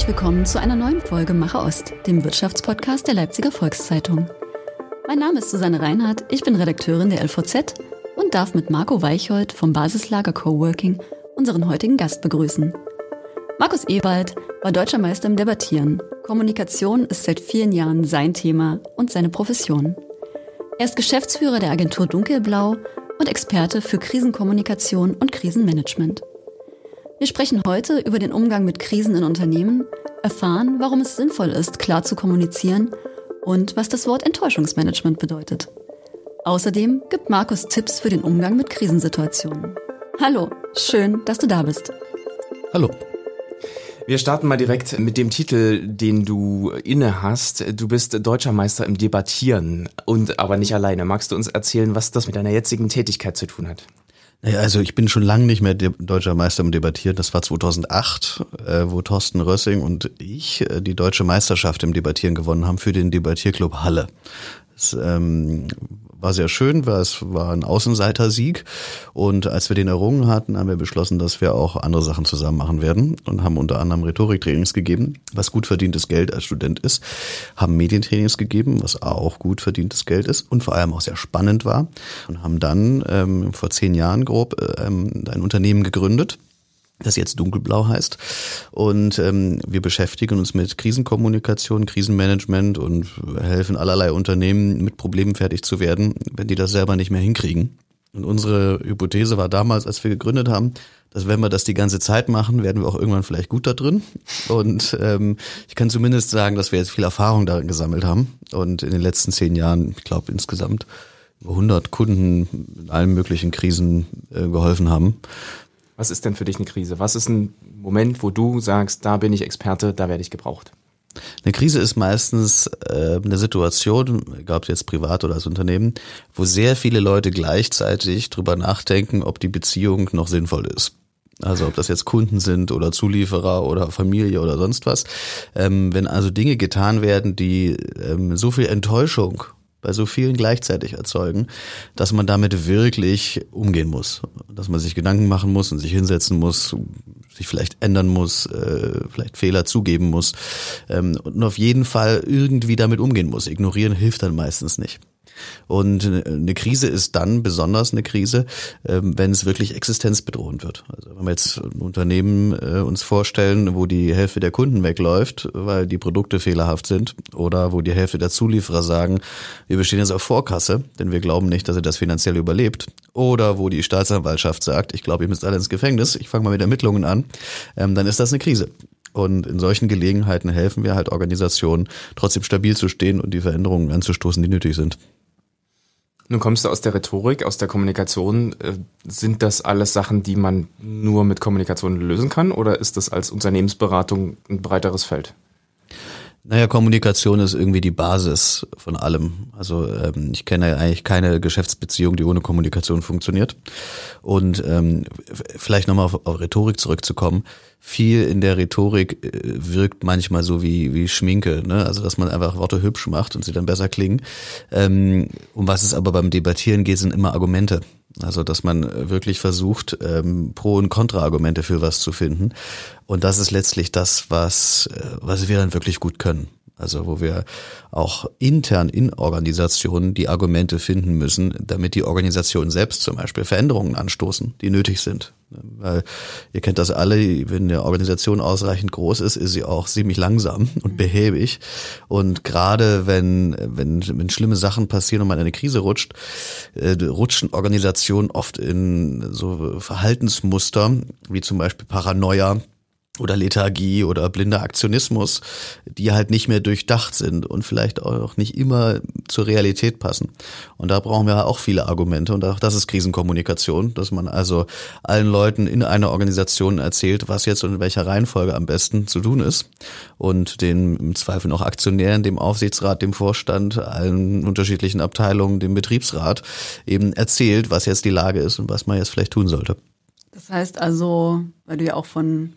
herzlich willkommen zu einer neuen Folge Mache Ost, dem Wirtschaftspodcast der Leipziger Volkszeitung. Mein Name ist Susanne Reinhardt, ich bin Redakteurin der LVZ und darf mit Marco Weicholt vom Basislager Coworking unseren heutigen Gast begrüßen. Markus Ewald war Deutscher Meister im Debattieren. Kommunikation ist seit vielen Jahren sein Thema und seine Profession. Er ist Geschäftsführer der Agentur Dunkelblau und Experte für Krisenkommunikation und Krisenmanagement. Wir sprechen heute über den Umgang mit Krisen in Unternehmen, erfahren, warum es sinnvoll ist, klar zu kommunizieren und was das Wort Enttäuschungsmanagement bedeutet. Außerdem gibt Markus Tipps für den Umgang mit Krisensituationen. Hallo, schön, dass du da bist. Hallo. Wir starten mal direkt mit dem Titel, den du inne hast. Du bist Deutscher Meister im Debattieren und aber nicht alleine. Magst du uns erzählen, was das mit deiner jetzigen Tätigkeit zu tun hat? Naja, also ich bin schon lange nicht mehr Deutscher Meister im Debattieren. Das war 2008, wo Thorsten Rössing und ich die Deutsche Meisterschaft im Debattieren gewonnen haben für den Debattierclub Halle. Das war sehr schön, weil es war ein Außenseitersieg. Und als wir den errungen hatten, haben wir beschlossen, dass wir auch andere Sachen zusammen machen werden und haben unter anderem Rhetoriktrainings gegeben, was gut verdientes Geld als Student ist, haben Medientrainings gegeben, was auch gut verdientes Geld ist und vor allem auch sehr spannend war und haben dann vor 10 Jahren grob ein Unternehmen gegründet, das jetzt Dunkelblau heißt. Und wir beschäftigen uns mit Krisenkommunikation, Krisenmanagement und helfen allerlei Unternehmen, mit Problemen fertig zu werden, wenn die das selber nicht mehr hinkriegen. Und unsere Hypothese war damals, als wir gegründet haben, dass wenn wir das die ganze Zeit machen, werden wir auch irgendwann vielleicht gut da drin. Und ich kann zumindest sagen, dass wir jetzt viel Erfahrung darin gesammelt haben und in den letzten 10 Jahren, ich glaube insgesamt über 100 Kunden in allen möglichen Krisen geholfen haben. Was ist denn für dich eine Krise? Was ist ein Moment, wo du sagst, da bin ich Experte, da werde ich gebraucht? Eine Krise ist meistens eine Situation, egal ob jetzt privat oder als Unternehmen, wo sehr viele Leute gleichzeitig drüber nachdenken, ob die Beziehung noch sinnvoll ist. Also ob das jetzt Kunden sind oder Zulieferer oder Familie oder sonst was. Wenn also Dinge getan werden, die so viel Enttäuschung bei so vielen gleichzeitig erzeugen, dass man damit wirklich umgehen muss. Dass man sich Gedanken machen muss und sich hinsetzen muss, sich vielleicht ändern muss, vielleicht Fehler zugeben muss und auf jeden Fall irgendwie damit umgehen muss. Ignorieren hilft dann meistens nicht. Und eine Krise ist dann besonders eine Krise, wenn es wirklich existenzbedrohend wird. Also wenn wir jetzt ein Unternehmen uns vorstellen, wo die Hälfte der Kunden wegläuft, weil die Produkte fehlerhaft sind oder wo die Hälfte der Zulieferer sagen, wir bestehen jetzt auf Vorkasse, denn wir glauben nicht, dass ihr das finanziell überlebt. Oder wo die Staatsanwaltschaft sagt, ich glaube, ihr müsst alle ins Gefängnis, ich fange mal mit Ermittlungen an, dann ist das eine Krise. Und in solchen Gelegenheiten helfen wir halt Organisationen, trotzdem stabil zu stehen und die Veränderungen anzustoßen, die nötig sind. Nun kommst du aus der Rhetorik, aus der Kommunikation. Sind das alles Sachen, die man nur mit Kommunikation lösen kann, oder ist das als Unternehmensberatung ein breiteres Feld? Naja, Kommunikation ist irgendwie die Basis von allem. Also ich kenne eigentlich keine Geschäftsbeziehung, die ohne Kommunikation funktioniert. Und vielleicht nochmal auf Rhetorik zurückzukommen. Viel in der Rhetorik wirkt manchmal so wie Schminke, ne? Also dass man einfach Worte hübsch macht und sie dann besser klingen. Um was es aber beim Debattieren geht, sind immer Argumente. Also dass man wirklich versucht, Pro- und Kontra-Argumente für was zu finden. Und das ist letztlich das, was wir dann wirklich gut können. Also wo wir auch intern in Organisationen die Argumente finden müssen, damit die Organisationen selbst zum Beispiel Veränderungen anstoßen, die nötig sind. Weil ihr kennt das alle, wenn eine Organisation ausreichend groß ist sie auch ziemlich langsam und behäbig. Und gerade wenn schlimme Sachen passieren und man in eine Krise rutscht, rutschen Organisationen oft in so Verhaltensmuster, wie zum Beispiel Paranoia oder Lethargie oder blinder Aktionismus, die halt nicht mehr durchdacht sind und vielleicht auch nicht immer zur Realität passen. Und da brauchen wir auch viele Argumente und auch das ist Krisenkommunikation, dass man also allen Leuten in einer Organisation erzählt, was jetzt und in welcher Reihenfolge am besten zu tun ist und den im Zweifel noch Aktionären, dem Aufsichtsrat, dem Vorstand, allen unterschiedlichen Abteilungen, dem Betriebsrat eben erzählt, was jetzt die Lage ist und was man jetzt vielleicht tun sollte. Das heißt also, weil du ja auch von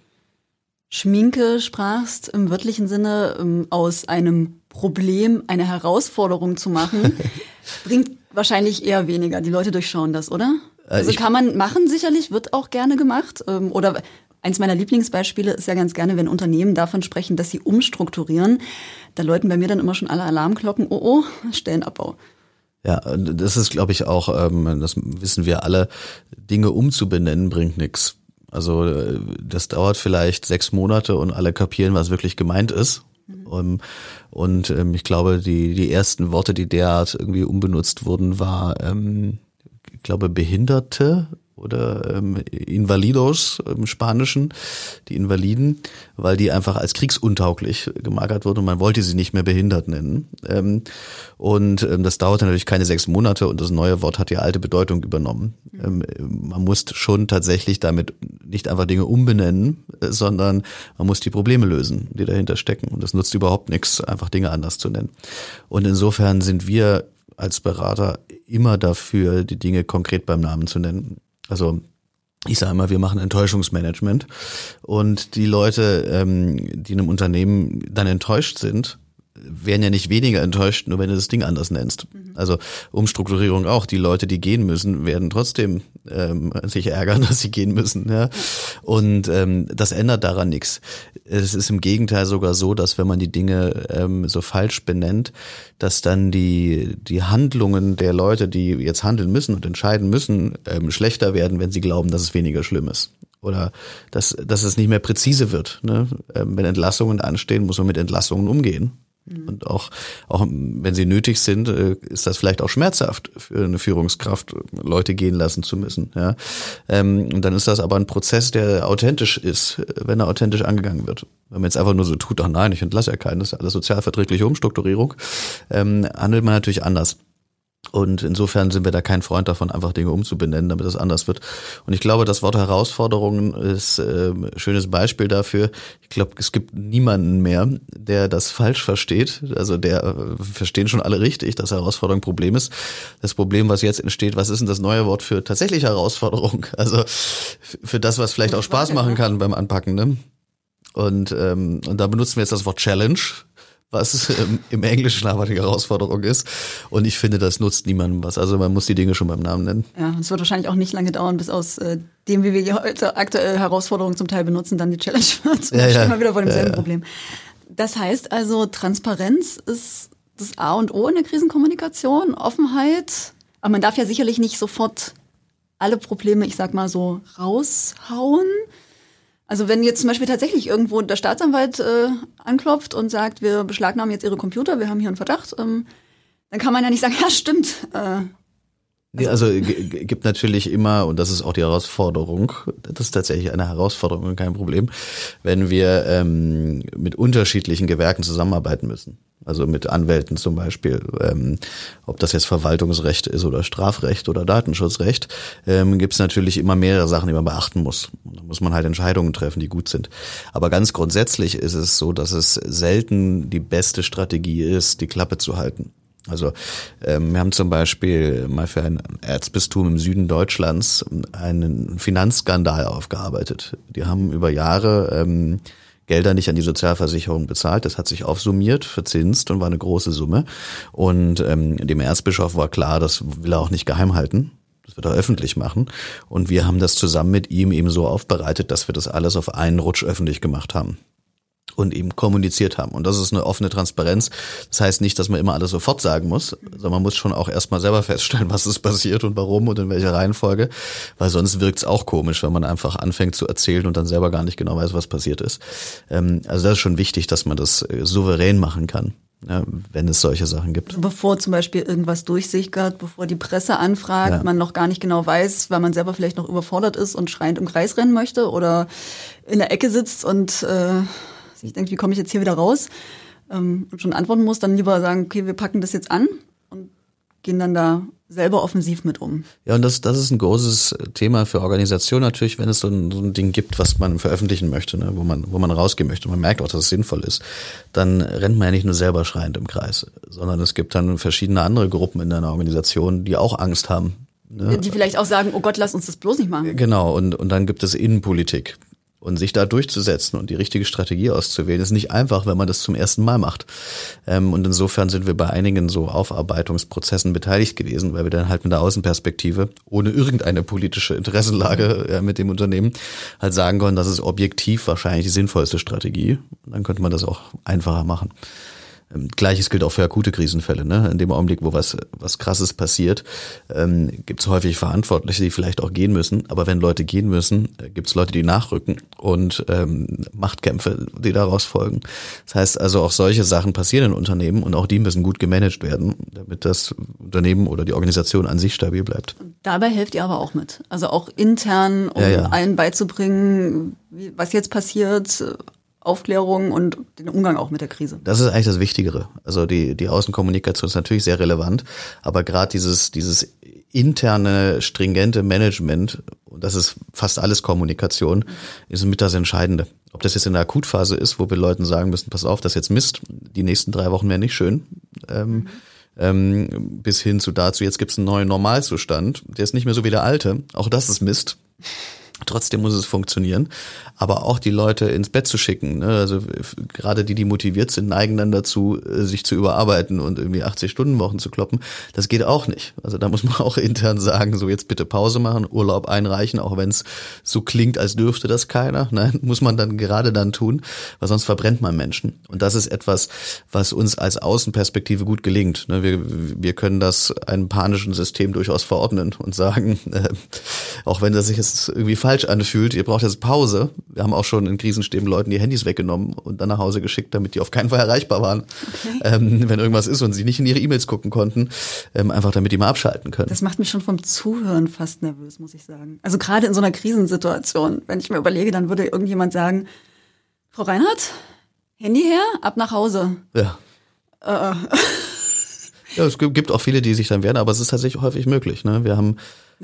Schminke sprachst, im wörtlichen Sinne, aus einem Problem eine Herausforderung zu machen, bringt wahrscheinlich eher weniger. Die Leute durchschauen das, oder? Also kann man machen, sicherlich, wird auch gerne gemacht. Oder Eins meiner Lieblingsbeispiele ist ja ganz gerne, wenn Unternehmen davon sprechen, dass sie umstrukturieren. Da läuten bei mir dann immer schon alle Alarmglocken, oh, Stellenabbau. Ja, das ist, glaube ich, auch, das wissen wir alle, Dinge umzubenennen bringt nichts. Also das dauert vielleicht 6 Monate und alle kapieren, was wirklich gemeint ist. Und ich glaube, die ersten Worte, die derart irgendwie umbenutzt wurden, war, ich glaube, Behinderte oder Invalidos im Spanischen, die Invaliden, weil die einfach als kriegsuntauglich gemarkert wurden und man wollte sie nicht mehr behindert nennen. Das dauerte natürlich keine 6 Monate und das neue Wort hat die alte Bedeutung übernommen. Man muss schon tatsächlich damit nicht einfach Dinge umbenennen, sondern man muss die Probleme lösen, die dahinter stecken. Und das nutzt überhaupt nichts, einfach Dinge anders zu nennen. Und insofern sind wir als Berater immer dafür, die Dinge konkret beim Namen zu nennen. Also ich sage immer, wir machen Enttäuschungsmanagement und die Leute, die in einem Unternehmen dann enttäuscht sind, werden ja nicht weniger enttäuscht, nur wenn du das Ding anders nennst. Also Umstrukturierung auch. Die Leute, die gehen müssen, werden trotzdem sich ärgern, dass sie gehen müssen. Ja. Und das ändert daran nichts. Es ist im Gegenteil sogar so, dass wenn man die Dinge so falsch benennt, dass dann die Handlungen der Leute, die jetzt handeln müssen und entscheiden müssen, schlechter werden, wenn sie glauben, dass es weniger schlimm ist. Oder dass es nicht mehr präzise wird. Ne? Wenn Entlassungen anstehen, muss man mit Entlassungen umgehen. Und auch wenn sie nötig sind, ist das vielleicht auch schmerzhaft für eine Führungskraft, Leute gehen lassen zu müssen. Ja? Und dann ist das aber ein Prozess, der authentisch ist, wenn er authentisch angegangen wird. Wenn man jetzt einfach nur so tut, ach nein, ich entlasse ja keinen, das ist ja alles sozialverträgliche Umstrukturierung, handelt man natürlich anders. Und insofern sind wir da kein Freund davon, einfach Dinge umzubenennen, damit es anders wird. Und ich glaube, das Wort Herausforderungen ist ein schönes Beispiel dafür. Ich glaube, es gibt niemanden mehr, der das falsch versteht. Also verstehen schon alle richtig, dass Herausforderung ein Problem ist. Das Problem, was jetzt entsteht, was ist denn das neue Wort für tatsächliche Herausforderung? Also für das, was vielleicht auch Spaß machen kann beim Anpacken. Ne? Und da benutzen wir jetzt das Wort Challenge, was im Englischen aber die Herausforderung ist. Und ich finde, das nutzt niemandem was. Also man muss die Dinge schon beim Namen nennen. Ja, es wird wahrscheinlich auch nicht lange dauern, bis aus dem, wie wir heute aktuell Herausforderungen zum Teil benutzen, dann die Challenge wird. Ja, stehen wir wieder vor demselben Problem. Das heißt also, Transparenz ist das A und O in der Krisenkommunikation, Offenheit. Aber man darf ja sicherlich nicht sofort alle Probleme, ich sag mal so, raushauen. Also wenn jetzt zum Beispiel tatsächlich irgendwo der Staatsanwalt anklopft und sagt, wir beschlagnahmen jetzt Ihre Computer, wir haben hier einen Verdacht, dann kann man ja nicht sagen, ja stimmt. Also gibt natürlich immer, und das ist auch die Herausforderung, das ist tatsächlich eine Herausforderung und kein Problem, wenn wir mit unterschiedlichen Gewerken zusammenarbeiten müssen. Also mit Anwälten zum Beispiel, ob das jetzt Verwaltungsrecht ist oder Strafrecht oder Datenschutzrecht, gibt es natürlich immer mehrere Sachen, die man beachten muss. Da muss man halt Entscheidungen treffen, die gut sind. Aber ganz grundsätzlich ist es so, dass es selten die beste Strategie ist, die Klappe zu halten. Also wir haben zum Beispiel mal für ein Erzbistum im Süden Deutschlands einen Finanzskandal aufgearbeitet. Die haben über Jahre Gelder nicht an die Sozialversicherung bezahlt. Das hat sich aufsummiert, verzinst und war eine große Summe. Und dem Erzbischof war klar, das will er auch nicht geheim halten. Das wird er öffentlich machen. Und wir haben das zusammen mit ihm eben so aufbereitet, dass wir das alles auf einen Rutsch öffentlich gemacht haben. Und eben kommuniziert haben. Und das ist eine offene Transparenz. Das heißt nicht, dass man immer alles sofort sagen muss, sondern man muss schon auch erstmal selber feststellen, was ist passiert und warum und in welcher Reihenfolge, weil sonst wirkt es auch komisch, wenn man einfach anfängt zu erzählen und dann selber gar nicht genau weiß, was passiert ist. Also das ist schon wichtig, dass man das souverän machen kann, ja, wenn es solche Sachen gibt. Also bevor zum Beispiel irgendwas durchsickert, bevor die Presse anfragt, man noch gar nicht genau weiß, weil man selber vielleicht noch überfordert ist und schreiend im Kreis rennen möchte oder in der Ecke sitzt und ich denke, wie komme ich jetzt hier wieder raus und schon antworten muss, dann lieber sagen, okay, wir packen das jetzt an und gehen dann da selber offensiv mit um. Ja, und das ist ein großes Thema für Organisationen natürlich, wenn es so ein Ding gibt, was man veröffentlichen möchte, ne, wo man rausgehen möchte und man merkt auch, dass es sinnvoll ist, dann rennt man ja nicht nur selber schreiend im Kreis, sondern es gibt dann verschiedene andere Gruppen in einer Organisation, die auch Angst haben. Ne? Die vielleicht auch sagen, oh Gott, lass uns das bloß nicht machen. Genau, und dann gibt es Innenpolitik. Und sich da durchzusetzen und die richtige Strategie auszuwählen, ist nicht einfach, wenn man das zum ersten Mal macht. Und insofern sind wir bei einigen so Aufarbeitungsprozessen beteiligt gewesen, weil wir dann halt mit der Außenperspektive, ohne irgendeine politische Interessenlage mit dem Unternehmen, halt sagen konnten, das ist objektiv wahrscheinlich die sinnvollste Strategie. Und dann könnte man das auch einfacher machen. Gleiches gilt auch für akute Krisenfälle. Ne? In dem Augenblick, wo was Krasses passiert, gibt es häufig Verantwortliche, die vielleicht auch gehen müssen. Aber wenn Leute gehen müssen, gibt es Leute, die nachrücken und Machtkämpfe, die daraus folgen. Das heißt also, auch solche Sachen passieren in Unternehmen und auch die müssen gut gemanagt werden, damit das Unternehmen oder die Organisation an sich stabil bleibt. Dabei helft ihr aber auch mit. Also auch intern, um allen beizubringen, was jetzt passiert, Aufklärung und den Umgang auch mit der Krise. Das ist eigentlich das Wichtigere. Also die Außenkommunikation ist natürlich sehr relevant, aber gerade dieses interne, stringente Management, und das ist fast alles Kommunikation, ist mit das Entscheidende. Ob das jetzt in der Akutphase ist, wo wir Leuten sagen müssen, pass auf, das ist jetzt Mist, die nächsten 3 Wochen wären nicht schön, bis hin zu dazu, jetzt gibt es einen neuen Normalzustand, der ist nicht mehr so wie der alte, auch das ist Mist. Trotzdem muss es funktionieren, aber auch die Leute ins Bett zu schicken, ne? Also gerade die motiviert sind, neigen dann dazu, sich zu überarbeiten und irgendwie 80-Stunden-Wochen zu kloppen. Das geht auch nicht. Also da muss man auch intern sagen, so jetzt bitte Pause machen, Urlaub einreichen, auch wenn es so klingt, als dürfte das keiner. Nein, muss man dann gerade dann tun, weil sonst verbrennt man Menschen. Und das ist etwas, was uns als Außenperspektive gut gelingt. Ne? Wir können das einem panischen System durchaus verordnen und sagen, auch wenn das sich jetzt irgendwie falsch anfühlt, ihr braucht jetzt Pause. Wir haben auch schon in Krisenstäben Leuten die Handys weggenommen und dann nach Hause geschickt, damit die auf keinen Fall erreichbar waren, wenn irgendwas ist und sie nicht in ihre E-Mails gucken konnten, einfach damit die mal abschalten können. Das macht mich schon vom Zuhören fast nervös, muss ich sagen. Also gerade in so einer Krisensituation, wenn ich mir überlege, dann würde irgendjemand sagen, Frau Reinhardt, Handy her, ab nach Hause. Ja. Ja, es gibt auch viele, die sich dann wehren, aber es ist tatsächlich häufig möglich. Ne? Wir haben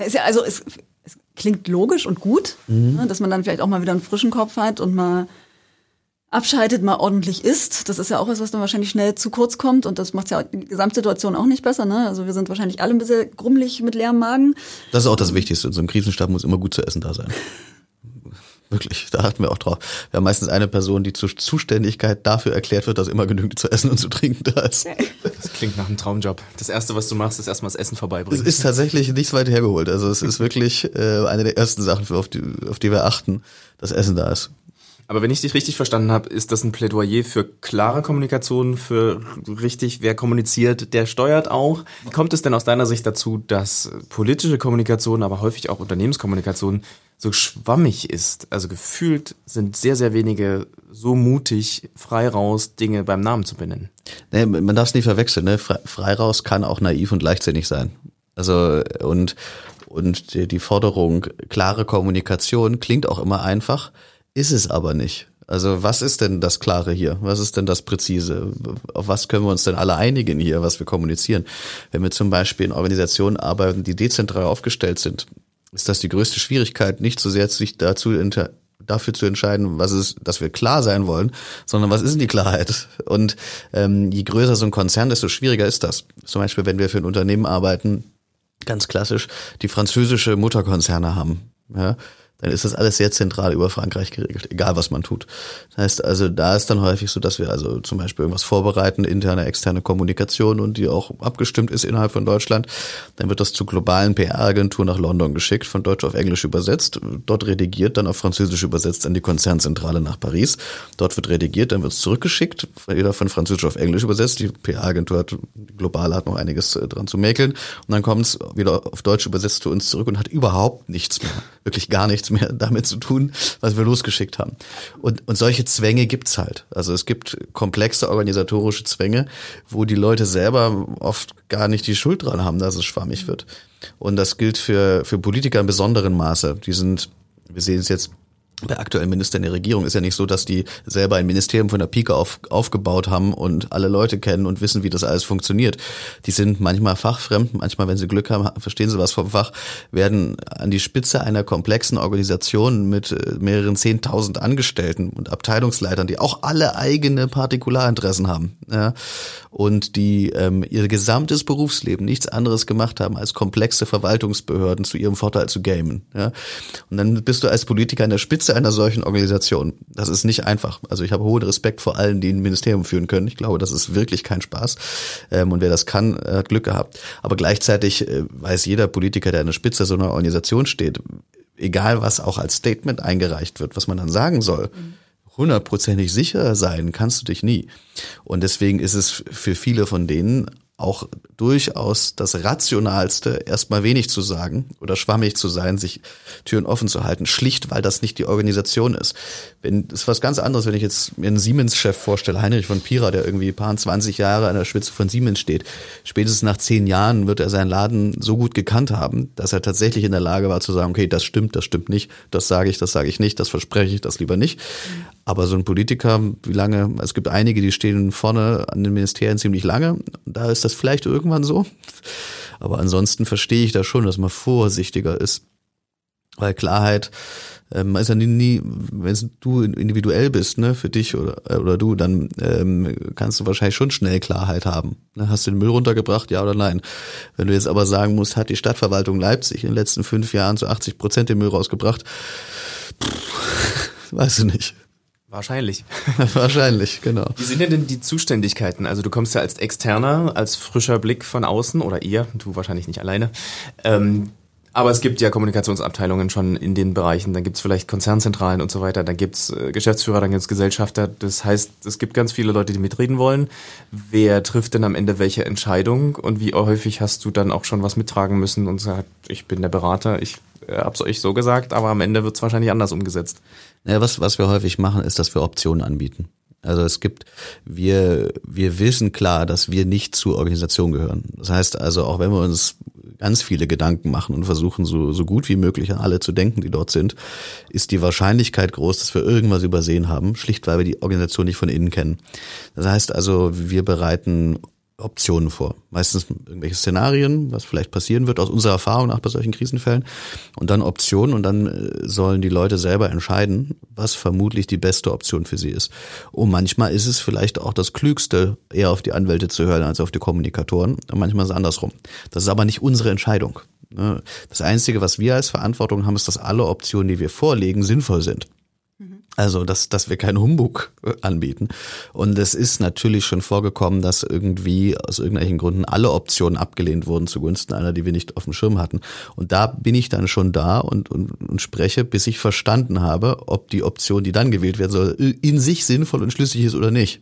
es klingt logisch und gut, ne, dass man dann vielleicht auch mal wieder einen frischen Kopf hat und mal abschaltet, mal ordentlich isst. Das ist ja auch was dann wahrscheinlich schnell zu kurz kommt und das macht ja die Gesamtsituation auch nicht besser. Ne? Also wir sind wahrscheinlich alle ein bisschen grummelig mit leerem Magen. Das ist auch das Wichtigste. In so einem Krisenstab muss immer gut zu essen da sein. Wirklich, da achten wir auch drauf. Wir haben meistens eine Person, die zur Zuständigkeit dafür erklärt wird, dass immer genügend zu essen und zu trinken da ist. Das klingt nach einem Traumjob. Das Erste, was du machst, ist erstmal das Essen vorbeibringen. Es ist tatsächlich nichts weit hergeholt. Also es ist wirklich eine der ersten Sachen, auf die wir achten, dass Essen da ist. Aber wenn ich dich richtig verstanden habe, ist das ein Plädoyer für klare Kommunikation, für richtig, wer kommuniziert, der steuert auch. Wie kommt es denn aus deiner Sicht dazu, dass politische Kommunikation, aber häufig auch Unternehmenskommunikation so schwammig ist? Also gefühlt sind sehr, sehr wenige so mutig, frei raus Dinge beim Namen zu benennen. Nee, man darf es nicht verwechseln. Ne? Frei raus kann auch naiv und leichtsinnig sein. Also und die Forderung klare Kommunikation klingt auch immer einfach, ist es aber nicht. Also was ist denn das Klare hier? Was ist denn das Präzise? Auf was können wir uns denn alle einigen hier, was wir kommunizieren? Wenn wir zum Beispiel in Organisationen arbeiten, die dezentral aufgestellt sind, ist das die größte Schwierigkeit, nicht so sehr sich dafür zu entscheiden, was ist, dass wir klar sein wollen, sondern was ist denn die Klarheit? Und je größer so ein Konzern, desto schwieriger ist das. Zum Beispiel, wenn wir für ein Unternehmen arbeiten, ganz klassisch, die französische Mutterkonzerne haben, ja, dann ist das alles sehr zentral über Frankreich geregelt, egal was man tut. Das heißt also, da ist dann häufig so, dass wir also zum Beispiel irgendwas vorbereiten, interne, externe Kommunikation und die auch abgestimmt ist innerhalb von Deutschland. Dann wird das zur globalen PR-Agentur nach London geschickt, von Deutsch auf Englisch übersetzt, dort redigiert, dann auf Französisch übersetzt an die Konzernzentrale nach Paris. Dort wird redigiert, dann wird es zurückgeschickt, wieder von Französisch auf Englisch übersetzt. Die PR-Agentur global hat noch einiges dran zu mäkeln. Und dann kommt es wieder auf Deutsch übersetzt zu uns zurück und hat überhaupt nichts mehr, wirklich gar nichts mehr damit zu tun, was wir losgeschickt haben. Und solche Zwänge gibt's halt. Also es gibt komplexe organisatorische Zwänge, wo die Leute selber oft gar nicht die Schuld dran haben, dass es schwammig wird. Und das gilt für Politiker in besonderem Maße. Wir sehen es jetzt bei aktuellen Ministern der Regierung, ist ja nicht so, dass die selber ein Ministerium von der Pike aufgebaut haben und alle Leute kennen und wissen, wie das alles funktioniert. Die sind manchmal fachfremd, manchmal, wenn sie Glück haben, verstehen sie was vom Fach, werden an die Spitze einer komplexen Organisation mit mehreren 10.000 Angestellten und Abteilungsleitern, die auch alle eigene Partikularinteressen haben, ja, und die ihr gesamtes Berufsleben nichts anderes gemacht haben, als komplexe Verwaltungsbehörden zu ihrem Vorteil zu gamen. Ja. Und dann bist du als Politiker an der Spitze Spitze einer solchen Organisation, das ist nicht einfach. Also ich habe hohen Respekt vor allen, die ein Ministerium führen können. Ich glaube, das ist wirklich kein Spaß. Und wer das kann, hat Glück gehabt. Aber gleichzeitig weiß jeder Politiker, der an der Spitze so einer Organisation steht, egal was auch als Statement eingereicht wird, was man dann sagen soll, 100%ig sicher sein kannst du dich nie. Und deswegen ist es für viele von denen auch durchaus das Rationalste, erstmal wenig zu sagen oder schwammig zu sein, sich Türen offen zu halten, schlicht, weil das nicht die Organisation ist. Das ist was ganz anderes, wenn ich jetzt mir einen Siemens-Chef vorstelle, Heinrich von Pierer, der irgendwie ein paar 20 Jahre an der Spitze von Siemens steht. Spätestens nach 10 Jahren wird er seinen Laden so gut gekannt haben, dass er tatsächlich in der Lage war zu sagen, okay, das stimmt nicht, das sage ich nicht, das verspreche ich, das lieber nicht. Aber so ein Politiker, wie lange, es gibt einige, die stehen vorne an den Ministerien ziemlich lange, da ist das vielleicht irgendwann so. Aber ansonsten verstehe ich da schon, dass man vorsichtiger ist. Weil Klarheit, man ist ja nie, wenn du individuell bist, ne, für dich oder du, dann kannst du wahrscheinlich schon schnell Klarheit haben. Hast du den Müll runtergebracht, ja oder nein? Wenn du jetzt aber sagen musst, hat die Stadtverwaltung Leipzig in den letzten 5 Jahren zu 80% den Müll rausgebracht, weiß ich nicht. Wahrscheinlich. Wahrscheinlich, genau. Wie sind denn die Zuständigkeiten? Also du kommst ja als Externer, als frischer Blick von außen oder ihr, du wahrscheinlich nicht alleine. Aber es gibt ja Kommunikationsabteilungen schon in den Bereichen. Dann gibt es vielleicht Konzernzentralen und so weiter. Dann gibt es Geschäftsführer, dann gibt es Gesellschafter. Das heißt, es gibt ganz viele Leute, die mitreden wollen. Wer trifft denn am Ende welche Entscheidung? Und wie häufig hast du dann auch schon was mittragen müssen und sagt, ich bin der Berater, ich hab's euch so gesagt, aber am Ende wird's wahrscheinlich anders umgesetzt. Ja, was wir häufig machen, ist, dass wir Optionen anbieten. Also wir wissen klar, dass wir nicht zur Organisation gehören. Das heißt also, auch wenn wir uns ganz viele Gedanken machen und versuchen, so gut wie möglich an alle zu denken, die dort sind, ist die Wahrscheinlichkeit groß, dass wir irgendwas übersehen haben, schlicht weil wir die Organisation nicht von innen kennen. Das heißt also, wir bereiten Optionen vor. Meistens irgendwelche Szenarien, was vielleicht passieren wird, aus unserer Erfahrung nach bei solchen Krisenfällen. Und dann Optionen und dann sollen die Leute selber entscheiden, was vermutlich die beste Option für sie ist. Und manchmal ist es vielleicht auch das Klügste, eher auf die Anwälte zu hören als auf die Kommunikatoren. Und manchmal ist es andersrum. Das ist aber nicht unsere Entscheidung. Das Einzige, was wir als Verantwortung haben, ist, dass alle Optionen, die wir vorlegen, sinnvoll sind. Also, dass wir keinen Humbug anbieten. Und es ist natürlich schon vorgekommen, dass irgendwie aus irgendwelchen Gründen alle Optionen abgelehnt wurden zugunsten einer, die wir nicht auf dem Schirm hatten. Und da bin ich dann schon da und spreche, bis ich verstanden habe, ob die Option, die dann gewählt werden soll, in sich sinnvoll und schlüssig ist oder nicht.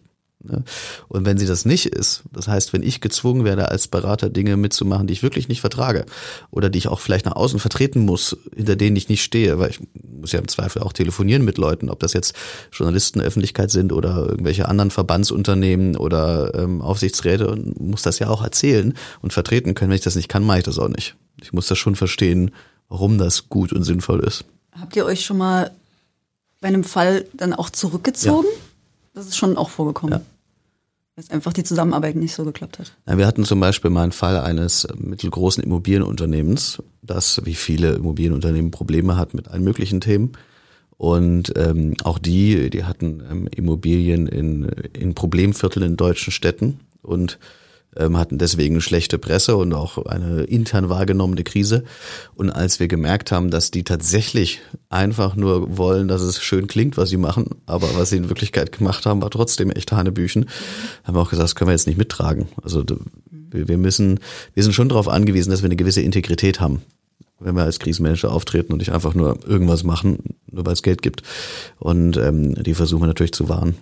Und wenn sie das nicht ist, das heißt, wenn ich gezwungen werde, als Berater Dinge mitzumachen, die ich wirklich nicht vertrage oder die ich auch vielleicht nach außen vertreten muss, hinter denen ich nicht stehe, weil ich muss ja im Zweifel auch telefonieren mit Leuten, ob das jetzt Journalisten, Öffentlichkeit sind oder irgendwelche anderen Verbandsunternehmen oder Aufsichtsräte, und muss das ja auch erzählen und vertreten können. Wenn ich das nicht kann, mache ich das auch nicht. Ich muss das schon verstehen, warum das gut und sinnvoll ist. Habt ihr euch schon mal bei einem Fall dann auch zurückgezogen? Ja. Das ist schon auch vorgekommen. Ja. Dass einfach die Zusammenarbeit nicht so geklappt hat. Ja, wir hatten zum Beispiel mal einen Fall eines mittelgroßen Immobilienunternehmens, das wie viele Immobilienunternehmen Probleme hat mit allen möglichen Themen. Und auch die hatten Immobilien in Problemvierteln in deutschen Städten und hatten deswegen schlechte Presse und auch eine intern wahrgenommene Krise. Und als wir gemerkt haben, dass die tatsächlich einfach nur wollen, dass es schön klingt, was sie machen, aber was sie in Wirklichkeit gemacht haben, war trotzdem echt Hanebüchen, haben wir auch gesagt, das können wir jetzt nicht mittragen. Also wir sind schon darauf angewiesen, dass wir eine gewisse Integrität haben, wenn wir als Krisenmanager auftreten und nicht einfach nur irgendwas machen, nur weil es Geld gibt. Und die versuchen wir natürlich zu wahren.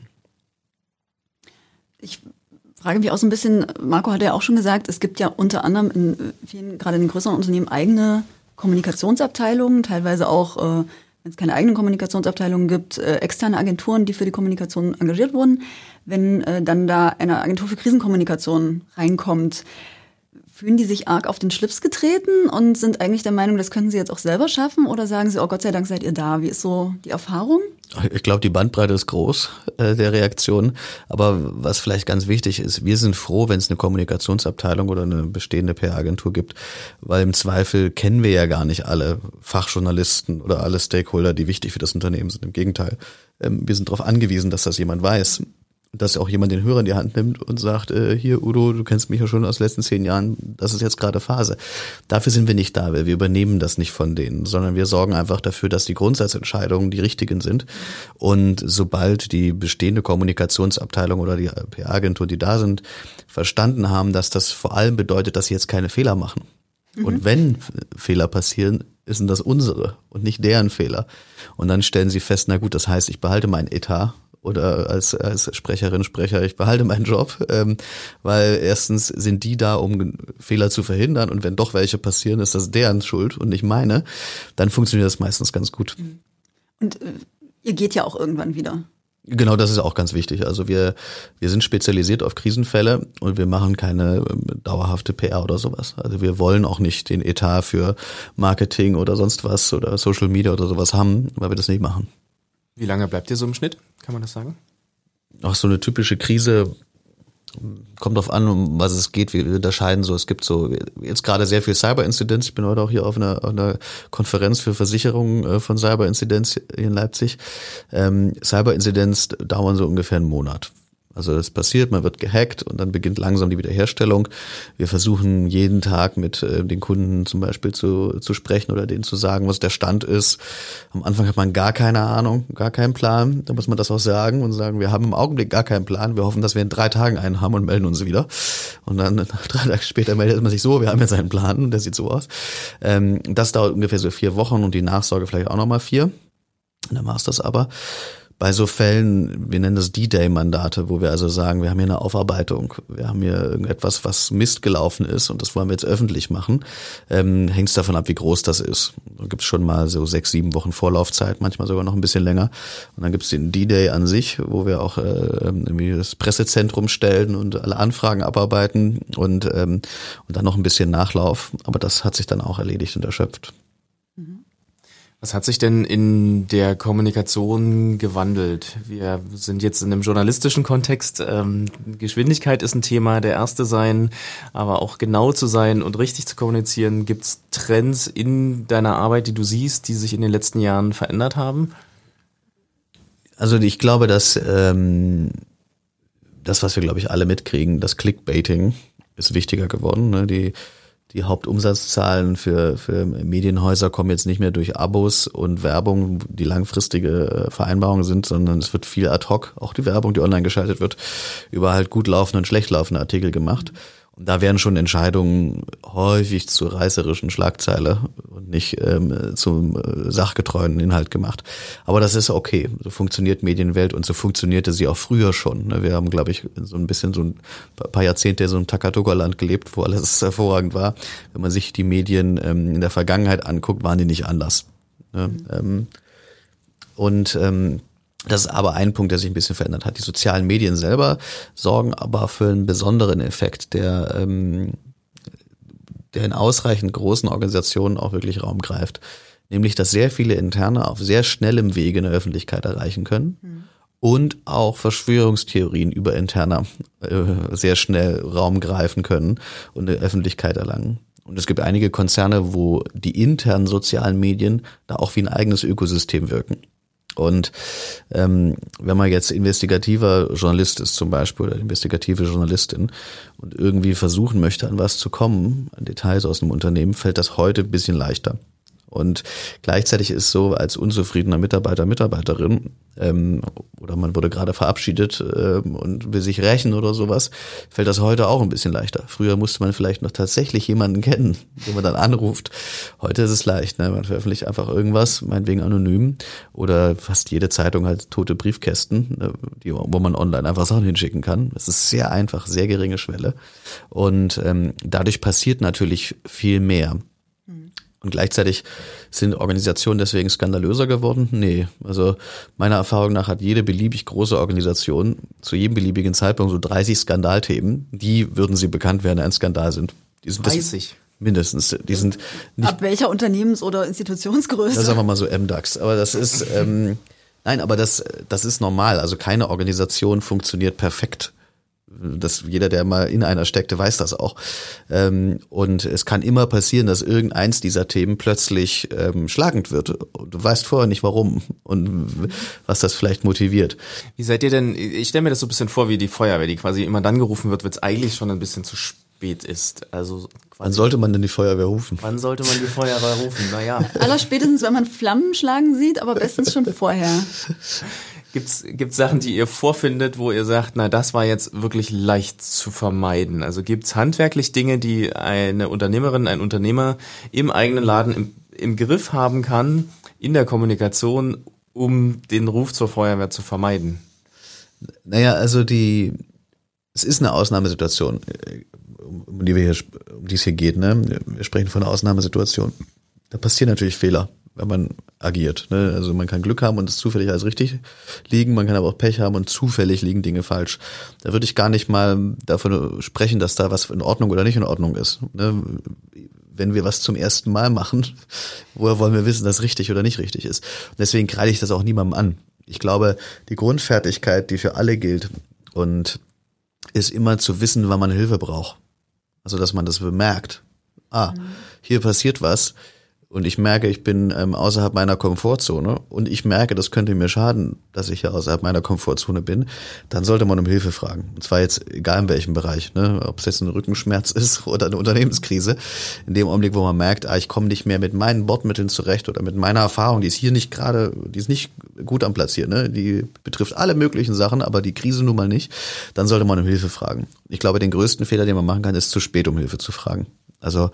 Ich frage mich auch so ein bisschen, Marco hat ja auch schon gesagt, es gibt ja unter anderem in vielen, gerade in den größeren Unternehmen, eigene Kommunikationsabteilungen, teilweise auch, wenn es keine eigenen Kommunikationsabteilungen gibt, externe Agenturen, die für die Kommunikation engagiert wurden. Wenn dann da eine Agentur für Krisenkommunikation reinkommt, fühlen die sich arg auf den Schlips getreten und sind eigentlich der Meinung, das können sie jetzt auch selber schaffen, oder sagen sie, oh Gott sei Dank seid ihr da? Wie ist so die Erfahrung? Ich glaube, die Bandbreite ist groß der Reaktion. Aber was vielleicht ganz wichtig ist, wir sind froh, wenn es eine Kommunikationsabteilung oder eine bestehende PR-Agentur gibt, weil im Zweifel kennen wir ja gar nicht alle Fachjournalisten oder alle Stakeholder, die wichtig für das Unternehmen sind. Im Gegenteil, wir sind darauf angewiesen, dass das jemand weiß. dass auch jemand den Hörer in die Hand nimmt und sagt, hier Udo, du kennst mich ja schon aus den letzten 10 Jahren, das ist jetzt gerade Phase. Dafür sind wir nicht da, weil wir übernehmen das nicht von denen, sondern wir sorgen einfach dafür, dass die Grundsatzentscheidungen die richtigen sind. Und sobald die bestehende Kommunikationsabteilung oder die PR-Agentur, die da sind, verstanden haben, dass das vor allem bedeutet, dass sie jetzt keine Fehler machen. Und wenn Fehler passieren, sind das unsere und nicht deren Fehler. Und dann stellen sie fest, na gut, das heißt, ich behalte meinen Etat oder als Sprecherin, Sprecher, ich behalte meinen Job, weil erstens sind die da, um Fehler zu verhindern und wenn doch welche passieren, ist das deren Schuld und nicht meine, dann funktioniert das meistens ganz gut. Und ihr geht ja auch irgendwann wieder. Genau, das ist auch ganz wichtig. Also wir sind spezialisiert auf Krisenfälle und wir machen keine dauerhafte PR oder sowas. Also wir wollen auch nicht den Etat für Marketing oder sonst was oder Social Media oder sowas haben, weil wir das nicht machen. Wie lange bleibt ihr so im Schnitt? Kann man das sagen? Auch so eine typische Krise kommt drauf an, um was es geht. Wir unterscheiden so, es gibt so jetzt gerade sehr viel Cyber-Inzidenz. Ich bin heute auch hier auf einer Konferenz für Versicherungen von Cyber-Inzidenz hier in Leipzig. Cyber-Inzidenz dauern so ungefähr einen Monat. Also das passiert, man wird gehackt und dann beginnt langsam die Wiederherstellung. Wir versuchen jeden Tag mit den Kunden zum Beispiel zu sprechen oder denen zu sagen, was der Stand ist. Am Anfang hat man gar keine Ahnung, gar keinen Plan. Da muss man das auch sagen und sagen, wir haben im Augenblick gar keinen Plan. Wir hoffen, dass wir in 3 Tagen einen haben und melden uns wieder. Und dann 3 Tage später meldet man sich so, wir haben jetzt einen Plan und der sieht so aus. Das dauert ungefähr so 4 Wochen und die Nachsorge vielleicht auch nochmal 4. Und dann war es das aber. Bei so Fällen, wir nennen das D-Day-Mandate, wo wir also sagen, wir haben hier eine Aufarbeitung, wir haben hier irgendetwas, was Mist gelaufen ist und das wollen wir jetzt öffentlich machen, hängt es davon ab, wie groß das ist. Da gibt es schon mal so 6, 7 Wochen Vorlaufzeit, manchmal sogar noch ein bisschen länger. Und dann gibt es den D-Day an sich, wo wir auch irgendwie das Pressezentrum stellen und alle Anfragen abarbeiten und dann noch ein bisschen Nachlauf. Aber das hat sich dann auch erledigt und erschöpft. Was hat sich denn in der Kommunikation gewandelt? Wir sind jetzt in einem journalistischen Kontext. Geschwindigkeit ist ein Thema, der Erste sein, aber auch genau zu sein und richtig zu kommunizieren. Gibt es Trends in deiner Arbeit, die du siehst, die sich in den letzten Jahren verändert haben? Also ich glaube, dass das, was wir, glaube ich, alle mitkriegen, das Clickbaiting ist wichtiger geworden. Ne? Die Hauptumsatzzahlen für Medienhäuser kommen jetzt nicht mehr durch Abos und Werbung, die langfristige Vereinbarungen sind, sondern es wird viel ad hoc, auch die Werbung, die online geschaltet wird, über halt gut laufende und schlecht laufende Artikel gemacht. Und da werden schon Entscheidungen häufig zur reißerischen Schlagzeile und nicht zum sachgetreuen Inhalt gemacht. Aber das ist okay. So funktioniert Medienwelt und so funktionierte sie auch früher schon. Wir haben, glaube ich, so ein bisschen so ein paar Jahrzehnte so im Takatuka-Land gelebt, wo alles hervorragend war. Wenn man sich die Medien in der Vergangenheit anguckt, waren die nicht anders. Das ist aber ein Punkt, der sich ein bisschen verändert hat. Die sozialen Medien selber sorgen aber für einen besonderen Effekt, der in ausreichend großen Organisationen auch wirklich Raum greift. Nämlich, dass sehr viele Interne auf sehr schnellem Wege eine Öffentlichkeit erreichen können und auch Verschwörungstheorien über Interna sehr schnell Raum greifen können und eine Öffentlichkeit erlangen. Und es gibt einige Konzerne, wo die internen sozialen Medien da auch wie ein eigenes Ökosystem wirken. Und wenn man jetzt investigativer Journalist ist zum Beispiel oder investigative Journalistin und irgendwie versuchen möchte, an was zu kommen, an Details aus einem Unternehmen, fällt das heute ein bisschen leichter. Und gleichzeitig ist so, als unzufriedener Mitarbeiter, Mitarbeiterin oder man wurde gerade verabschiedet und will sich rächen oder sowas, fällt das heute auch ein bisschen leichter. Früher musste man vielleicht noch tatsächlich jemanden kennen, den man dann anruft. Heute ist es leicht, ne? Man veröffentlicht einfach irgendwas, meinetwegen anonym oder fast jede Zeitung halt tote Briefkästen, wo man online einfach Sachen hinschicken kann. Das ist sehr einfach, sehr geringe Schwelle und dadurch passiert natürlich viel mehr. Und gleichzeitig sind Organisationen deswegen skandalöser geworden? Nee. Also meiner Erfahrung nach hat jede beliebig große Organisation zu jedem beliebigen Zeitpunkt so 30 Skandalthemen, die, würden sie bekannt werden, ein Skandal sind. Die sind 30? Mindestens. Die sind nicht. Ab welcher Unternehmens- oder Institutionsgröße? Das sagen wir mal so MDAX. Aber das ist, nein, aber das ist normal. Also keine Organisation funktioniert perfekt. Jeder, der mal in einer steckte, weiß das auch. Und es kann immer passieren, dass irgendeins dieser Themen plötzlich schlagend wird. Und du weißt vorher nicht, warum und was das vielleicht motiviert. Wie seid ihr denn, ich stelle mir das so ein bisschen vor wie die Feuerwehr, die quasi immer dann gerufen wird, wenn es eigentlich schon ein bisschen zu spät ist. Also wann sollte man denn die Feuerwehr rufen? Wann sollte man die Feuerwehr rufen? Naja. Allerspätestens, wenn man Flammen schlagen sieht, aber bestens schon vorher. Gibt's Sachen, die ihr vorfindet, wo ihr sagt, na, das war jetzt wirklich leicht zu vermeiden? Also gibt's handwerklich Dinge, die eine Unternehmerin, ein Unternehmer im eigenen Laden im Griff haben kann, in der Kommunikation, um den Ruf zur Feuerwehr zu vermeiden? Naja, also es ist eine Ausnahmesituation, um die es hier geht, ne? Wir sprechen von einer Ausnahmesituation. Da passieren natürlich Fehler, wenn man agiert, ne? Also man kann Glück haben und es zufällig alles richtig liegen, man kann aber auch Pech haben und zufällig liegen Dinge falsch. Da würde ich gar nicht mal davon sprechen, dass da was in Ordnung oder nicht in Ordnung ist, ne? Wenn wir was zum ersten Mal machen, woher wollen wir wissen, dass richtig oder nicht richtig ist? Und deswegen kreide ich das auch niemandem an. Ich glaube, die Grundfertigkeit, die für alle gilt, und ist immer zu wissen, wann man Hilfe braucht. Also, dass man das bemerkt. Hier passiert was und ich merke, ich bin außerhalb meiner Komfortzone und ich merke, das könnte mir schaden, dass ich hier außerhalb meiner Komfortzone bin, dann sollte man um Hilfe fragen. Und zwar jetzt egal in welchem Bereich, ne? Ob es jetzt ein Rückenschmerz ist oder eine Unternehmenskrise. In dem Augenblick, wo man merkt, ich komme nicht mehr mit meinen Bordmitteln zurecht oder mit meiner Erfahrung, die ist nicht gut am Platz hier, ne? Die betrifft alle möglichen Sachen, aber die Krise nun mal nicht, dann sollte man um Hilfe fragen. Ich glaube, den größten Fehler, den man machen kann, ist zu spät um Hilfe zu fragen. Also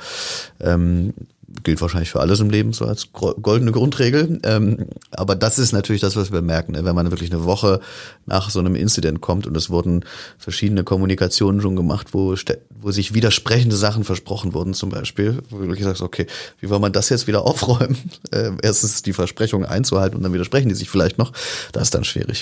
gilt wahrscheinlich für alles im Leben, so als goldene Grundregel. Aber das ist natürlich das, was wir merken, ne? Wenn man wirklich eine Woche nach so einem Incident kommt und es wurden verschiedene Kommunikationen schon gemacht, wo sich widersprechende Sachen versprochen wurden zum Beispiel, wo du wirklich sagst, okay, wie wollen wir das jetzt wieder aufräumen? Erstens die Versprechungen einzuhalten und dann widersprechen die sich vielleicht noch. Das ist dann schwierig.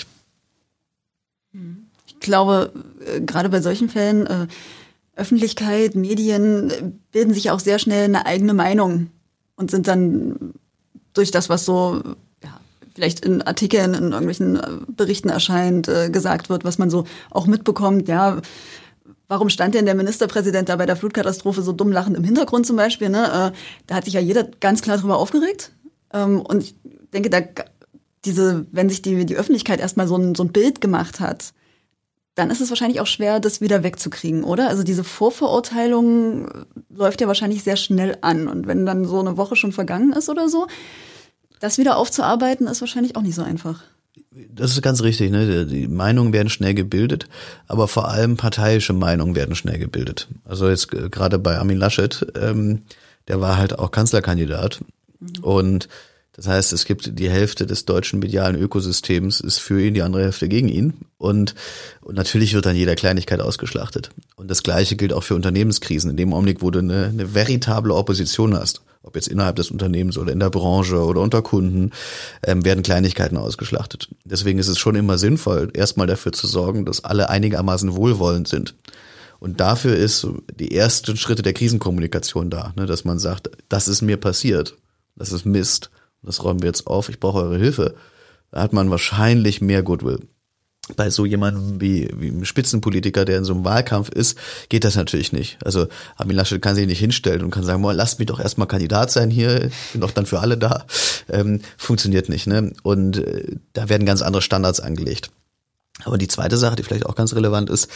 Ich glaube, gerade bei solchen Fällen Öffentlichkeit, Medien bilden sich auch sehr schnell eine eigene Meinung und sind dann durch das, was so vielleicht in Artikeln, in irgendwelchen Berichten erscheint, gesagt wird, was man so auch mitbekommt, warum stand denn der Ministerpräsident da bei der Flutkatastrophe so dumm lachend im Hintergrund zum Beispiel, ne? Da hat sich ja jeder ganz klar drüber aufgeregt. Und ich denke, wenn sich die Öffentlichkeit erstmal so ein Bild gemacht hat, dann ist es wahrscheinlich auch schwer, das wieder wegzukriegen, oder? Also diese Vorverurteilung läuft ja wahrscheinlich sehr schnell an. Und wenn dann so eine Woche schon vergangen ist oder so, das wieder aufzuarbeiten, ist wahrscheinlich auch nicht so einfach. Das ist ganz richtig, ne? Die Meinungen werden schnell gebildet, aber vor allem parteiische Meinungen werden schnell gebildet. Also jetzt gerade bei Armin Laschet, der war halt auch Kanzlerkandidat. Und das heißt, es gibt die Hälfte des deutschen medialen Ökosystems ist für ihn, die andere Hälfte gegen ihn. Und natürlich wird dann jeder Kleinigkeit ausgeschlachtet. Und das Gleiche gilt auch für Unternehmenskrisen. In dem Augenblick, wo du eine veritable Opposition hast, ob jetzt innerhalb des Unternehmens oder in der Branche oder unter Kunden, werden Kleinigkeiten ausgeschlachtet. Deswegen ist es schon immer sinnvoll, erstmal dafür zu sorgen, dass alle einigermaßen wohlwollend sind. Und dafür ist die ersten Schritte der Krisenkommunikation da, ne, dass man sagt, das ist mir passiert, das ist Mist. Das räumen wir jetzt auf, ich brauche eure Hilfe. Da hat man wahrscheinlich mehr Goodwill. Bei so jemandem wie einem Spitzenpolitiker, der in so einem Wahlkampf ist, geht das natürlich nicht. Also Armin Laschet kann sich nicht hinstellen und kann sagen, lasst mich doch erstmal Kandidat sein hier, ich bin doch dann für alle da. Funktioniert nicht, ne? Und da werden ganz andere Standards angelegt. Aber die zweite Sache, die vielleicht auch ganz relevant ist,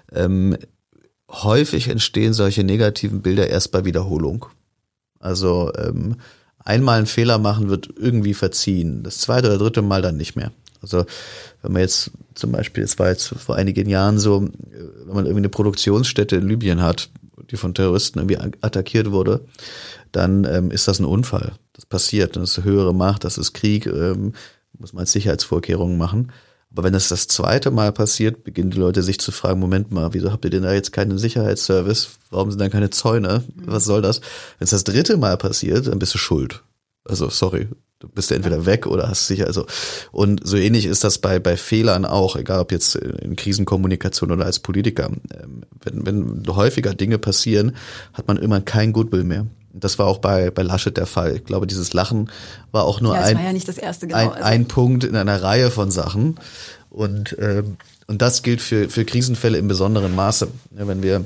häufig entstehen solche negativen Bilder erst bei Wiederholung. Also einmal einen Fehler machen wird irgendwie verziehen. Das zweite oder dritte Mal dann nicht mehr. Also wenn man jetzt zum Beispiel, es war jetzt vor einigen Jahren so, wenn man irgendwie eine Produktionsstätte in Libyen hat, die von Terroristen irgendwie attackiert wurde, dann ist das ein Unfall. Das passiert. Das ist höhere Macht, das ist Krieg, muss man als Sicherheitsvorkehrungen machen. Aber wenn das zweite Mal passiert, beginnen die Leute sich zu fragen, Moment mal, wieso habt ihr denn da jetzt keinen Sicherheitsservice? Warum sind da keine Zäune? Was soll das? Wenn es das dritte Mal passiert, dann bist du schuld. Also, sorry, du bist ja entweder weg oder hast sicher, also. Und so ähnlich ist das bei Fehlern auch, egal ob jetzt in Krisenkommunikation oder als Politiker. Wenn häufiger Dinge passieren, hat man immer kein Goodwill mehr. Das war auch bei Laschet der Fall. Ich glaube, dieses Lachen war auch nur war ja nicht das erste, genau. ein Punkt in einer Reihe von Sachen. Und Und das gilt für Krisenfälle im besonderen Maße. Ja, wenn wir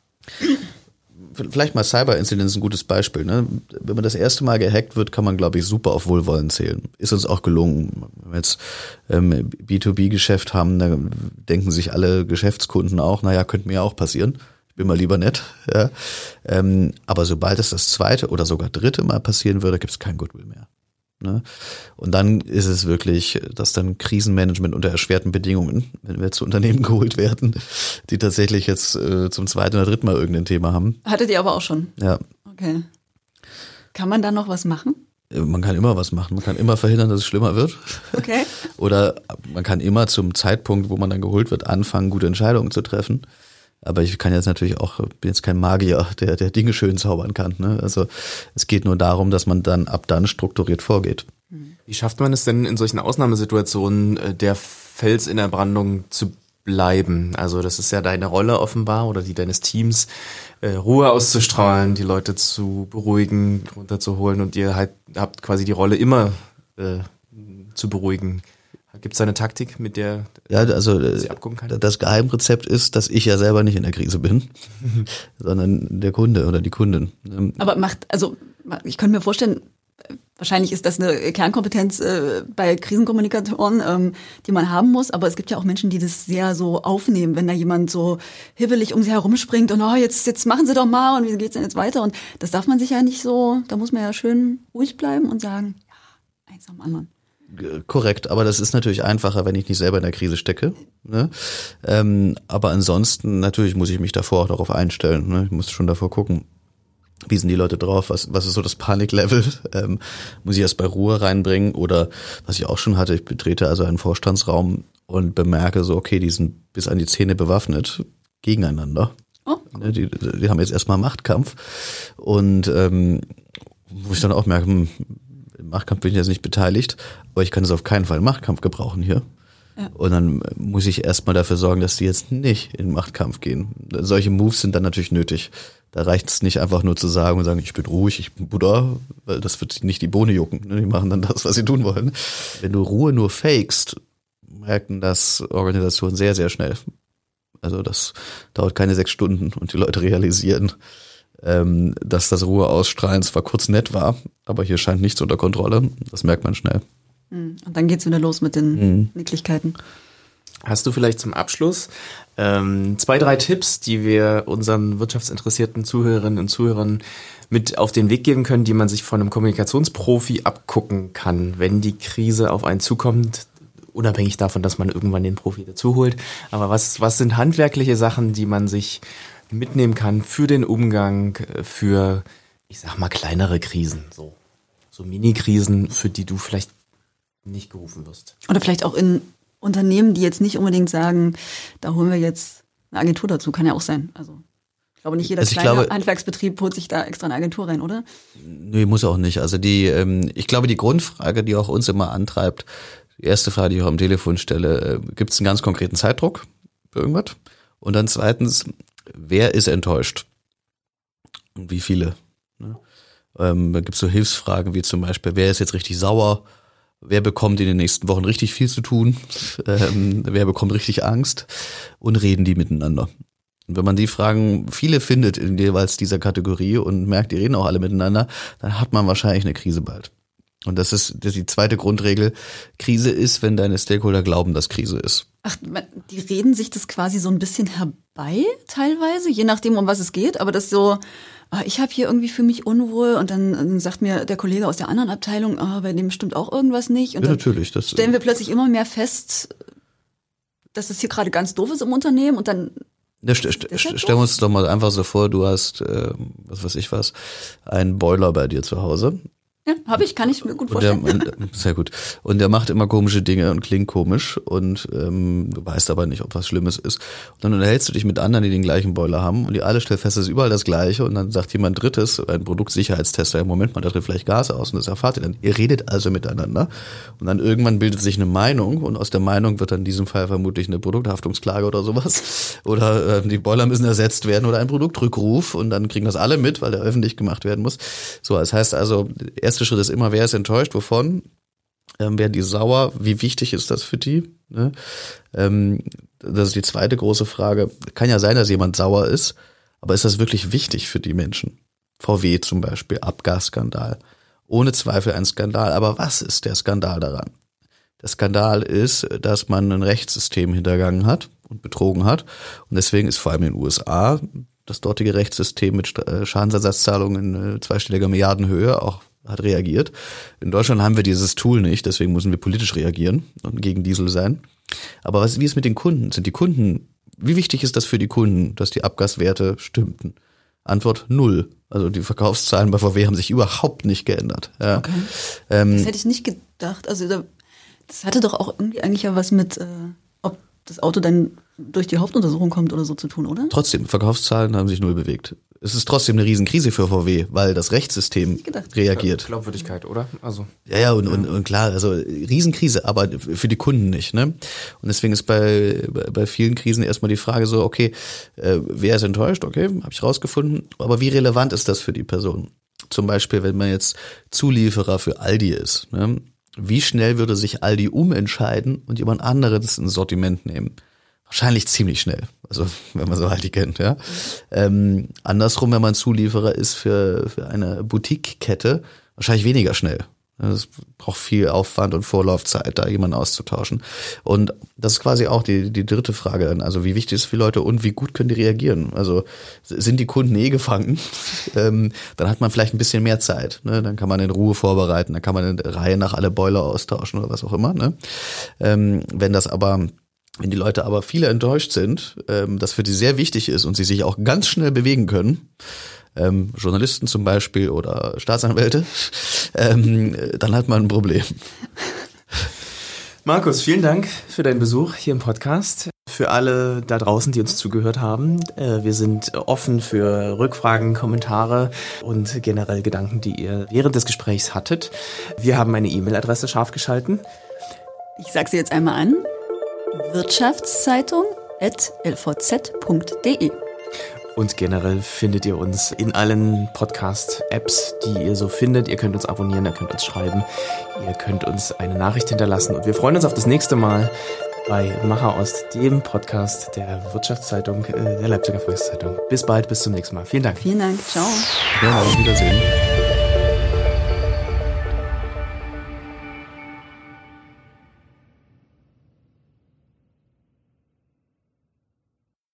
vielleicht mal Cyber-Incidents ein gutes Beispiel. Ne? Wenn man das erste Mal gehackt wird, kann man, glaube ich, super auf Wohlwollen zählen. Ist uns auch gelungen. Wenn wir jetzt B2B-Geschäft haben, da denken sich alle Geschäftskunden auch, naja, könnte mir ja auch passieren. Ich bin mal lieber nett. Ja. Aber sobald es das zweite oder sogar dritte Mal passieren würde, gibt es kein Goodwill mehr. Ne? Und dann ist es wirklich, dass dann Krisenmanagement unter erschwerten Bedingungen, wenn wir zu Unternehmen geholt werden, die tatsächlich jetzt zum zweiten oder dritten Mal irgendein Thema haben. Hattet ihr aber auch schon? Ja. Okay. Kann man da noch was machen? Man kann immer was machen. Man kann immer verhindern, dass es schlimmer wird. Okay. Oder man kann immer zum Zeitpunkt, wo man dann geholt wird, anfangen, gute Entscheidungen zu treffen. Aber ich kann jetzt natürlich auch, bin jetzt kein Magier, der Dinge schön zaubern kann. Ne? Also es geht nur darum, dass man dann ab dann strukturiert vorgeht. Wie schafft man es denn in solchen Ausnahmesituationen, der Fels in der Brandung zu bleiben? Also das ist ja deine Rolle offenbar oder die deines Teams, Ruhe auszustrahlen, die Leute zu beruhigen, runterzuholen und ihr habt quasi die Rolle immer zu beruhigen. Gibt es da eine Taktik, mit der sie abgucken kann? Das Geheimrezept ist, dass ich ja selber nicht in der Krise bin, sondern der Kunde oder die Kundin. Aber ich könnte mir vorstellen, wahrscheinlich ist das eine Kernkompetenz bei Krisenkommunikatoren, die man haben muss, aber es gibt ja auch Menschen, die das sehr so aufnehmen, wenn da jemand so hibbelig um sie herumspringt und jetzt machen sie doch mal und wie geht's denn jetzt weiter? Und das darf man sich ja nicht so, da muss man ja schön ruhig bleiben und sagen, ja, eins nach dem anderen. Korrekt, aber das ist natürlich einfacher, wenn ich nicht selber in der Krise stecke. Ne? Aber ansonsten, natürlich muss ich mich davor auch darauf einstellen. Ne? Ich muss schon davor gucken, wie sind die Leute drauf, was ist so das Paniklevel, muss ich erst bei Ruhe reinbringen oder was ich auch schon hatte, ich betrete also einen Vorstandsraum und bemerke so, okay, die sind bis an die Zähne bewaffnet gegeneinander. Oh, cool. Die haben jetzt erstmal Machtkampf und wo ich dann auch merke, im Machtkampf bin ich jetzt nicht beteiligt, aber ich kann es auf keinen Fall im Machtkampf gebrauchen hier. Ja. Und dann muss ich erstmal dafür sorgen, dass die jetzt nicht in den Machtkampf gehen. Solche Moves sind dann natürlich nötig. Da reicht es nicht einfach nur zu sagen und sagen, ich bin ruhig, ich bin Buddha, weil das wird nicht die Bohne jucken. Die machen dann das, was sie tun wollen. Wenn du Ruhe nur fakest, merken das Organisationen sehr, sehr schnell. Also das dauert keine 6 Stunden und die Leute realisieren, dass das Ruheausstrahlen zwar kurz nett war, aber hier scheint nichts unter Kontrolle. Das merkt man schnell. Und dann geht's wieder los mit den Nicklichkeiten. Hast du vielleicht zum Abschluss 2, 3 Tipps, die wir unseren wirtschaftsinteressierten Zuhörerinnen und Zuhörern mit auf den Weg geben können, die man sich von einem Kommunikationsprofi abgucken kann, wenn die Krise auf einen zukommt, unabhängig davon, dass man irgendwann den Profi dazu holt. Aber was sind handwerkliche Sachen, die man sich mitnehmen kann für den Umgang, für, ich sag mal, kleinere Krisen, so Mini-Krisen, für die du vielleicht nicht gerufen wirst. Oder vielleicht auch in Unternehmen, die jetzt nicht unbedingt sagen, da holen wir jetzt eine Agentur dazu, kann ja auch sein. Also ich glaube, nicht jeder kleine Handwerksbetrieb holt sich da extra eine Agentur rein, oder? Nee, muss auch nicht. Also ich glaube, die Grundfrage, die auch uns immer antreibt, die erste Frage, die ich auch am Telefon stelle, gibt es einen ganz konkreten Zeitdruck für irgendwas? Und dann zweitens, wer ist enttäuscht? Und wie viele? Da gibt es so Hilfsfragen wie zum Beispiel, wer ist jetzt richtig sauer? Wer bekommt in den nächsten Wochen richtig viel zu tun? Wer bekommt richtig Angst? Und reden die miteinander? Und wenn man die Fragen, viele findet in jeweils dieser Kategorie und merkt, die reden auch alle miteinander, dann hat man wahrscheinlich eine Krise bald. Und das ist die zweite Grundregel. Krise ist, wenn deine Stakeholder glauben, dass Krise ist. Ach, die reden sich das quasi so ein bisschen herbei teilweise, je nachdem, um was es geht. Aber das so, ich habe hier irgendwie für mich unwohl und dann sagt mir der Kollege aus der anderen Abteilung, bei dem stimmt auch irgendwas nicht. Und ja, dann natürlich. Das stellen wir plötzlich immer mehr fest, dass das hier gerade ganz doof ist im Unternehmen und dann... Ja, stellen wir uns doch mal einfach so vor, du hast, einen Boiler bei dir zu Hause. Ja, kann ich mir gut vorstellen. Sehr gut. Und der macht immer komische Dinge und klingt komisch und du weißt aber nicht, ob was Schlimmes ist. Und dann unterhältst du dich mit anderen, die den gleichen Boiler haben und die alle stellen fest, es ist überall das Gleiche und dann sagt jemand Drittes, ein Produktsicherheitstester, im Moment mal, da tritt vielleicht Gas aus und das erfahrt ihr dann. Ihr redet also miteinander und dann irgendwann bildet sich eine Meinung und aus der Meinung wird dann in diesem Fall vermutlich eine Produkthaftungsklage oder sowas oder die Boiler müssen ersetzt werden oder ein Produktrückruf und dann kriegen das alle mit, weil der öffentlich gemacht werden muss. So, das heißt also, erster Schritt ist immer, wer ist enttäuscht, wovon? werden die sauer? Wie wichtig ist das für die? Ne? Das ist die zweite große Frage. Kann ja sein, dass jemand sauer ist, aber ist das wirklich wichtig für die Menschen? VW zum Beispiel, Abgasskandal. Ohne Zweifel ein Skandal. Aber was ist der Skandal daran? Der Skandal ist, dass man ein Rechtssystem hintergangen hat und betrogen hat. Und deswegen ist vor allem in den USA das dortige Rechtssystem mit Schadensersatzzahlungen in zweistelliger Milliardenhöhe auch hat reagiert. In Deutschland haben wir dieses Tool nicht, deswegen müssen wir politisch reagieren und gegen Diesel sein. Aber wie ist mit den Kunden? Wie wichtig ist das für die Kunden, dass die Abgaswerte stimmten? Antwort 0. Also die Verkaufszahlen bei VW haben sich überhaupt nicht geändert. Ja. Okay. Das hätte ich nicht gedacht. Also das hatte doch auch irgendwie eigentlich ja was mit, ob das Auto dann durch die Hauptuntersuchung kommt oder so zu tun, oder? Trotzdem, Verkaufszahlen haben sich 0 bewegt. Es ist trotzdem eine Riesenkrise für VW, weil das Rechtssystem reagiert. Glaubwürdigkeit, oder? Also Ja, und klar, also Riesenkrise, aber für die Kunden nicht, ne? Und deswegen ist bei vielen Krisen erstmal die Frage so, okay, wer ist enttäuscht? Okay, habe ich rausgefunden. Aber wie relevant ist das für die Person? Zum Beispiel, wenn man jetzt Zulieferer für Aldi ist, ne? Wie schnell würde sich Aldi umentscheiden und jemand anderes ins Sortiment nehmen? Wahrscheinlich ziemlich schnell, also wenn man so Aldi kennt, ja. Andersrum, wenn man Zulieferer ist für eine Boutique-Kette, wahrscheinlich weniger schnell. Es braucht viel Aufwand und Vorlaufzeit, da jemanden auszutauschen. Und das ist quasi auch die dritte Frage dann. Also wie wichtig ist es für Leute und wie gut können die reagieren? Also sind die Kunden gefangen? Dann hat man vielleicht ein bisschen mehr Zeit. Ne? Dann kann man in Ruhe vorbereiten, dann kann man eine Reihe nach alle Boiler austauschen oder was auch immer. Ne? Wenn die Leute aber viele enttäuscht sind, das für die sehr wichtig ist und sie sich auch ganz schnell bewegen können, Journalisten zum Beispiel oder Staatsanwälte, dann hat man ein Problem. Markus, vielen Dank für deinen Besuch hier im Podcast. Für alle da draußen, die uns zugehört haben, wir sind offen für Rückfragen, Kommentare und generell Gedanken, die ihr während des Gesprächs hattet. Wir haben eine E-Mail-Adresse scharf geschalten. Ich sage sie jetzt einmal an. wirtschaftszeitung@lvz.de. Und generell findet ihr uns in allen Podcast-Apps, die ihr so findet. Ihr könnt uns abonnieren, ihr könnt uns schreiben, ihr könnt uns eine Nachricht hinterlassen. Und wir freuen uns auf das nächste Mal bei Macher Ost, dem Podcast der Wirtschaftszeitung, der Leipziger Volkszeitung. Bis bald, bis zum nächsten Mal. Vielen Dank. Vielen Dank, ciao. Ja, auf Wiedersehen.